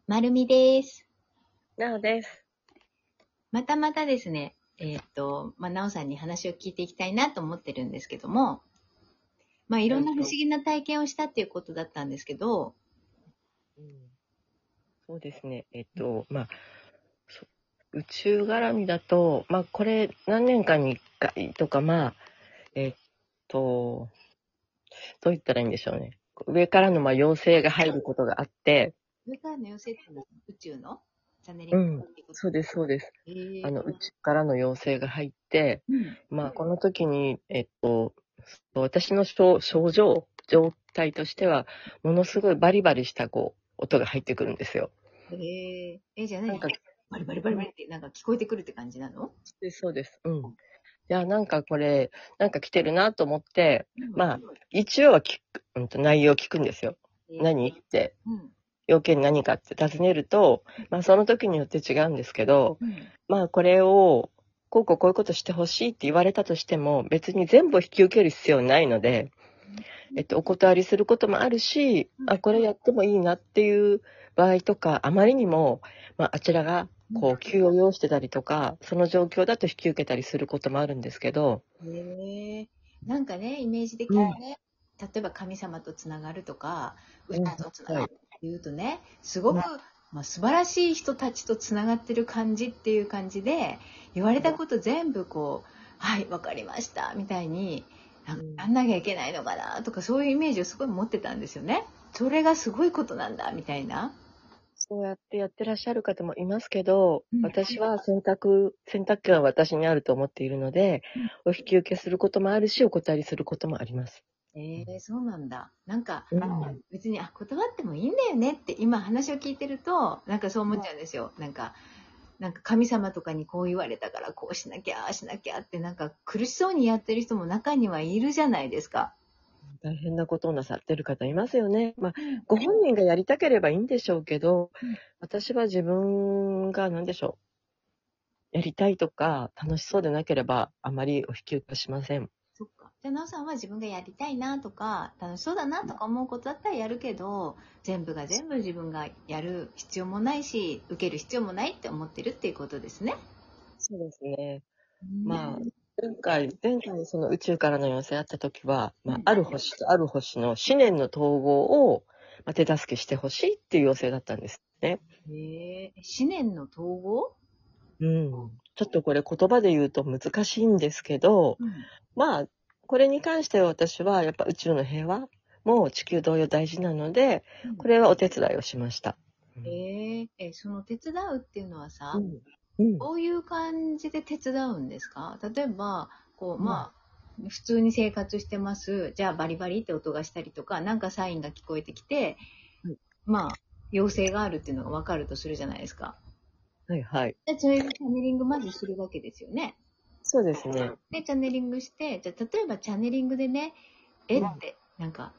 まるみです。 なおです。 またまたですね、なおさんに話を聞いていきたいなと思ってるんですけども、いろんな不思議な体験をしたっていうことだったんですけど、 うん、そうですね。そ宇宙絡みだと、これ何年かに1回とか、えっと、どう言ったらいいんでしょうね。上からの要請が入ることがあって、 上からの要請っていうのは宇宙のチャネリングうん、 っていうことそうです、そうです。 えー、 宇宙からの要請が入って、 うん。 この時に、私の状態としては、ものすごいバリバリした音が入ってくるんですよ。 じゃあ何なんか、 バリバリバリバリってなんか聞こえてくるって感じなの？ そうです。うん。いや、これ、来てるなと思って、 うん。 一応は聞く、内容を聞くんですよ。何って、 うん。 要件何かって尋ねると、その時によって違うんですけど、 うん。 これを、こういうことしてほしいって言われたとしても、別に全部引き受ける必要ないので、お断りすることもあるし、これやってもいいなっていう場合とか、あまりにも、あちらが、急を要してたりとか、その状況だと引き受けたりすることもあるんですけど、 なんかね、イメージ的うん、 にね、例えば神様とつながるとか、宇うん、 宙とつながはい。 るっていうとね、すごく、素晴らしい人たちとつながってる感じっていう感じで、言われたこと全部はい、わかりました、みたいに、なんかやんなきゃいけないのかなとか、そういうイメージをすごい持ってたんですよね。それがすごいことなんだ、みたいな。 そうやってやってらっしゃる方もいますけど、 うん。 私は選択権は私にあると思っているので、お引き受けすることもあるし、お断りすることもあります。 そうなんだ。なんか、 うん。 別に、断ってもいいんだよねって今話を聞いてると、なんかそう思っちゃうんですよ。なんか神様とかにこう言われたからこうしなきゃ、ああしなきゃってなんか苦しそうにやってる人も中にはいるじゃないですか。 大変なことをなさってる方いますよね。 うん。 ご本人がやりたければいいんでしょうけど、 うん。 私は自分が何でしょう。やりたいとか、楽しそうでなければ、あまりお引き受けしません。 そっか。じゃあ、なおさんは自分がやりたいなとか、楽しそうだなとか思うことだったらやるけど、全部が全部自分がやる必要もないし、受ける必要もないって思ってるっていうことですね。 そうですね。 うまあ、 ん。 前回その宇宙からの要請あったときは、 うん。 ある星とある星の思念の統合を、手助けしてほしいっていう要請だったんですね。 思念の統合。 うん。ちょっとこれ言葉で言うと難しいんですけど、 うん。 まあ、これに関しては私はやっぱ宇宙の平和も地球同様大事なので、 うん。 これはお手伝いをしました。 その手伝うっていうのはさ、 うん。うん。 どういう感じで手伝うんですか？例えば、 うん。 普通に生活してます。じゃあバリバリって音がしたりとか、なんかサインが聞こえてきて、要請があるっていうのが分かるとするじゃないですか。 はいはい。 で、それでチャネリングまずするわけですよね。 そうですね。 で、チャネリングして、じゃあ例えばチャネリングでね、 うん。 って、なんか、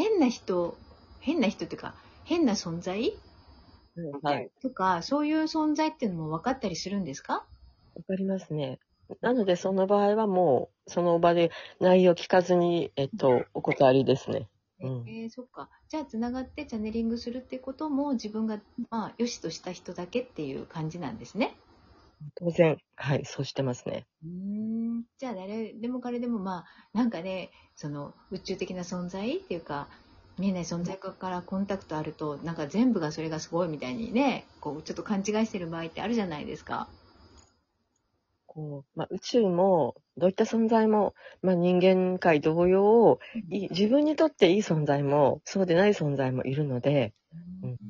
変な人っていうか、変な存在はい。 とか、そういう存在っていうのも分かったりするんですか？ わかりますね。なので、その場合はもう、その場で内容聞かずに、お断りですね。うん。 そっか。じゃあ、つながってチャネリングするってことも自分が、良しとした人だけっていう感じなんですね。 当然、はい、そうしてますね。 じゃあ、誰でも彼でも、なんかね、その宇宙的な存在っていうか、見えない存在からコンタクトあると、なんか全部がそれがすごいみたいにね、ちょっと勘違いしてる場合ってあるじゃないですか。 宇宙も、どういった存在も、人間界同様、自分にとっていい存在も、そうでない存在もいるので、うん、 うん。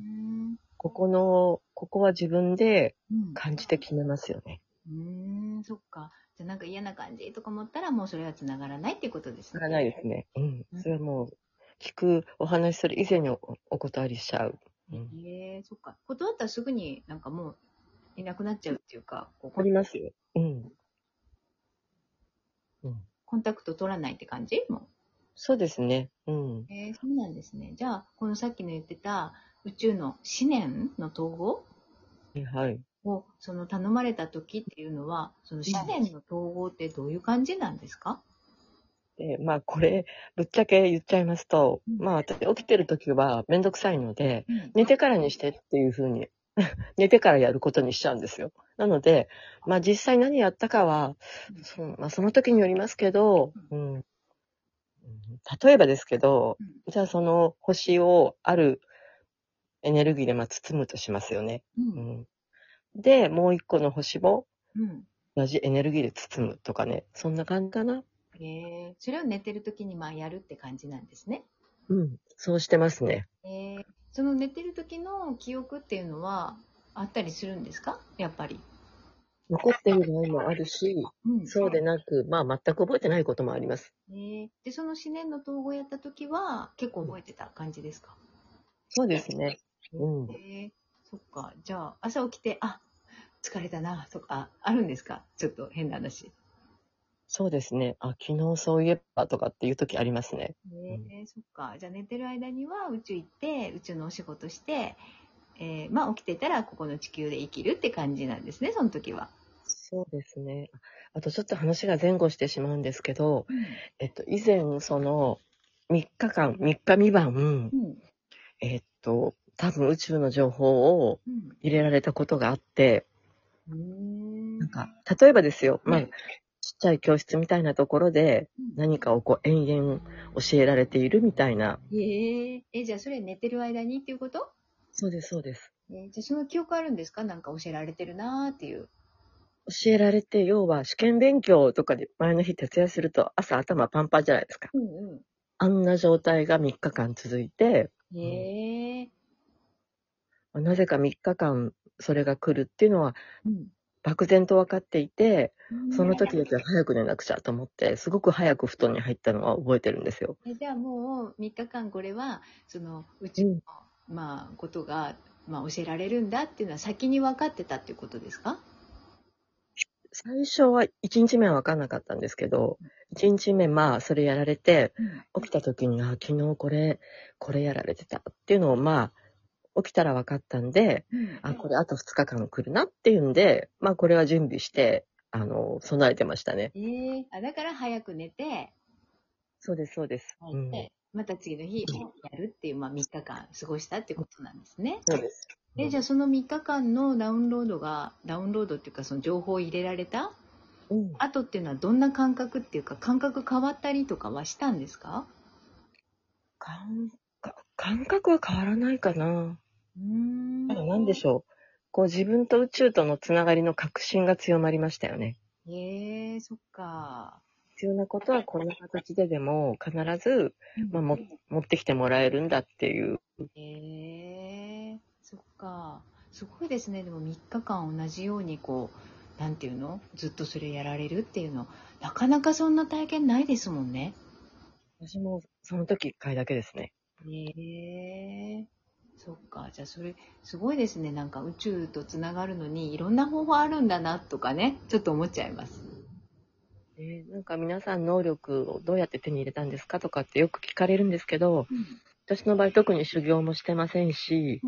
ここは自分でうん。 感じて決めますよね。 そっか。じゃあなんか嫌な感じとか思ったらもうそれは繋がらないっていうことですね。 わからないですね。うん。 うん。 それはもう、お話しする以前にお断りしちゃう。うん。 そっか。断ったらすぐになんかもういなくなっちゃうっていうか、 ありますよ。うん。うん。 コンタクト取らないって感じもそうですね。うん。 そうなんですね。じゃあ、このさっきの言ってた宇宙の思念の統合はい。 をその頼まれた時っていうのは、その思念の統合ってどういう感じなんですか？ で、これ、ぶっちゃけ言っちゃいますと、 うん私起きてる時はめんどくさいので、 うん寝てからにしてっていう風に、寝てからやることにしちゃうんですよ。なので、実際何やったかは、その時によりますけど、例えばですけど、じゃあその星をあるエネルギーで包むとしますよね。 うんで、もう一個の星もうん同じエネルギーで包むとかね、そんな感じかな。 それを寝てる時にやるって感じなんですね。 そうしてますね。 その寝てる時の記憶っていうのはあったりするんですか、やっぱり。 残っている場合もあるし、そうでなく、全く覚えてないこともあります。 で、その思念の統合やった時は結構覚えてた感じですか。 そうですね。 そっか。じゃあ、朝起きて、疲れたな、とか、あるんですか、ちょっと変な話。 そうですね。昨日そういえばとかっていう時ありますね。 そっか。じゃあ、寝てる間には宇宙行って、宇宙のお仕事して、起きてたら、ここの地球で生きるって感じなんですね、その時は。 そうですね。あとちょっと話が前後してしまうんですけど、以前、その、3日間、3日3晩、多分宇宙の情報を入れられたことがあって、例えばですよ、ちっちゃい教室みたいなところで何かを延々教えられているみたいな。 じゃあそれ寝てる間にっていうこと？ そうです、そうです。 じゃあその記憶あるんですか？なんか教えられてるなーっていう。 教えられて、要は試験勉強とかで前の日徹夜すると朝頭パンパンじゃないですか。あんな状態が3日間続いて、なぜか3日間それが来るっていうのは、漠然と分かっていて、その時だけは早く寝なくちゃと思って、すごく早く布団に入ったのは覚えてるんですよ。 じゃあもう3日間これは、その宇宙の、ことが、教えられるんだっていうのは先に分かってたっていうことですか？ 最初は1日目は分かんなかったんですけど、1日目それやられて、起きた時に、昨日これやられてたっていうのを起きたら分かったんで、これあと2日間来るなっていうんで、これは準備して、備えてましたね。 だから早く寝て、 そうです、そうです。 また次の日やるっていう、3日間過ごしたってことなんですね。 そうです。 じゃあその3日間のダウンロードっていうか、その情報を入れられた後っていうのはどんな感覚っていうか、感覚変わったりとかはしたんですか？ 感覚は変わらないかな。なんでしょう。こう自分と宇宙とのつながりの確信が強まりましたよね。 そっか。 必要なことはこんな形ででも必ず、持ってきてもらえるんだっていう。 そっか。すごいですね。でも3日間同じようになんていうの、ずっとそれやられるっていうの、なかなかそんな体験ないですもんね。 私もその時1回だけですね。 そっか。じゃあそれすごいですね。なんか宇宙とつながるのにいろんな方法あるんだなとかね、ちょっと思っちゃいます。 なんか皆さん能力をどうやって手に入れたんですかとかってよく聞かれるんですけど、私の場合特に修行もしてませんし、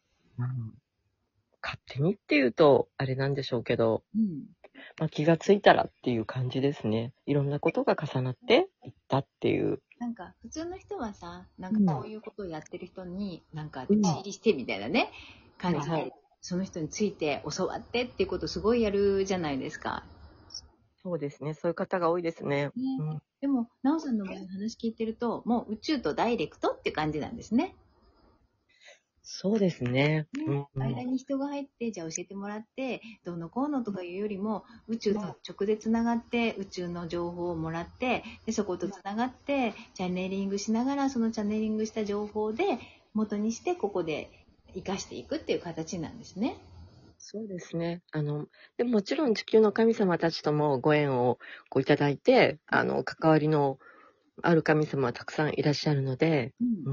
勝手にっていうとあれなんでしょうけど、気がついたらっていう感じですね。いろんなことが重なっていったっていう。 なんか普通の人はさ、なんかこういうことをやってる人になんか弟子入りしてみたいなね、感じで、その人について教わってっていうことをすごいやるじゃないですか。 そうですね。そういう方が多いですね。 でも、なおさんの場合の話聞いてると、もう宇宙とダイレクトって感じなんですね。 そうですね。 間に人が入って、じゃあ教えてもらって、どうのこうのとかいうよりも、宇宙と直でつながって、宇宙の情報をもらって、でそことつながって、チャネリングしながら、そのチャネリングした情報で、元にして、ここで生かしていくっていう形なんですね。 そうですね。でももちろん地球の神様たちともご縁をいただいて、関わりのある神様はたくさんいらっしゃるので、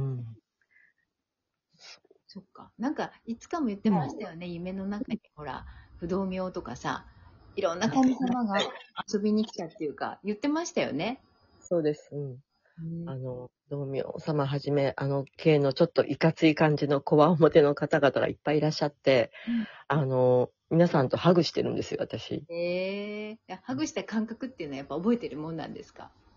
そっか。なんか、いつかも言ってましたよね。夢の中に、ほら、不動明とかさ、いろんな神様が遊びに来たっていうか、言ってましたよね。 そうです。道明様はじめ、系のちょっといかつい感じのこわ表の方々がいっぱいいらっしゃって、皆さんとハグしてるんですよ、私。 ハグした感覚っていうのはやっぱ覚えてるもんなんですか？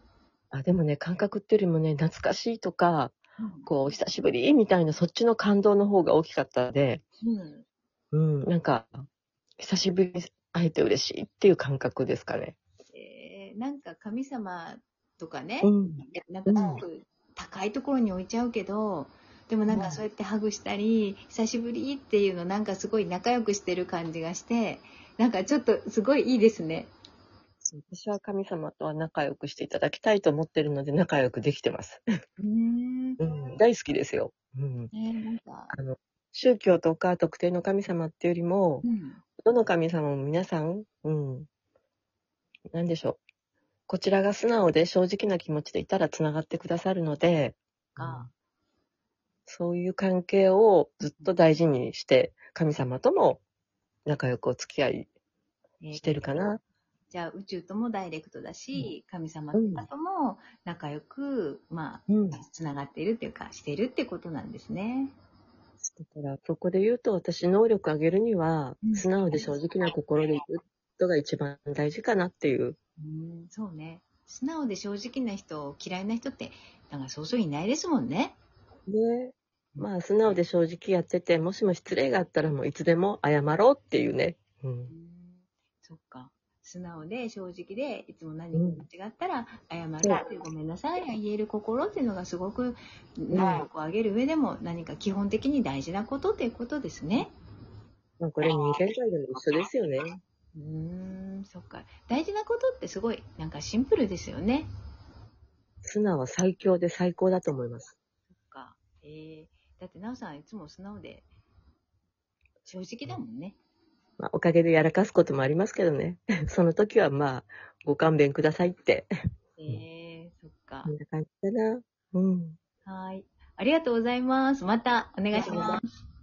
でもね、感覚っていうよりもね、懐かしいとか、 うんこう、久しぶりみたいな、そっちの感動の方が大きかったので、 うんなんか、久しぶりに会えて嬉しいっていう感覚ですかね。 なんか神様とかね、 うん。 なんかすうん。 ごく高いところに置いちゃうけど、でもなんかそうやってハグしたり、久しぶりっていうのなんかすごい仲良くしてる感じがして、なんかちょっとすごいいいですね。 私は神様とは仲良くしていただきたいと思ってるので、仲良くできてます。 うーん。 大好きですよ。 なんか、 あの、宗教とか特定の神様っていうよりも、 うん。 どの神様も皆さん、なんでしょう。こちらが素直で正直な気持ちでいたらつながってくださるので、 か、 そういう関係をずっと大事にして、神様とも仲良くお付き合いしてるかな。 じゃあ宇宙ともダイレクトだし、神様うん。 とかとも仲良く、 うん。 つながっているっていうか、しているってことなんですね。 だから、そこで言うと、私、能力上げるには、 うん。 素直で正直な心でいることが一番大事かなっていう。 そうね。素直で正直な人、嫌いな人って、なんかそうそういないですもんね。 で、素直で正直やってて、もしも失礼があったらもういつでも謝ろうっていうね。 そっか。素直で正直で、いつも何かうん。 間違ったら謝るそう。 っていうごめんなさいが言える心っていうのがすごくうん。 能力を上げる上でも何か基本的に大事なことっていうことですね。 これ人間界でも一緒ですよね。 そっか。大事なことってすごいなんかシンプルですよね。 素直は最強で最高だと思います。 そっか。だってなおさんいつも素直で正直だもんね。 おかげでやらかすこともありますけどね。その時はご勘弁くださいって。 そっか。 こんな感じかな。うん。 はい。ありがとうございます。またお願いします。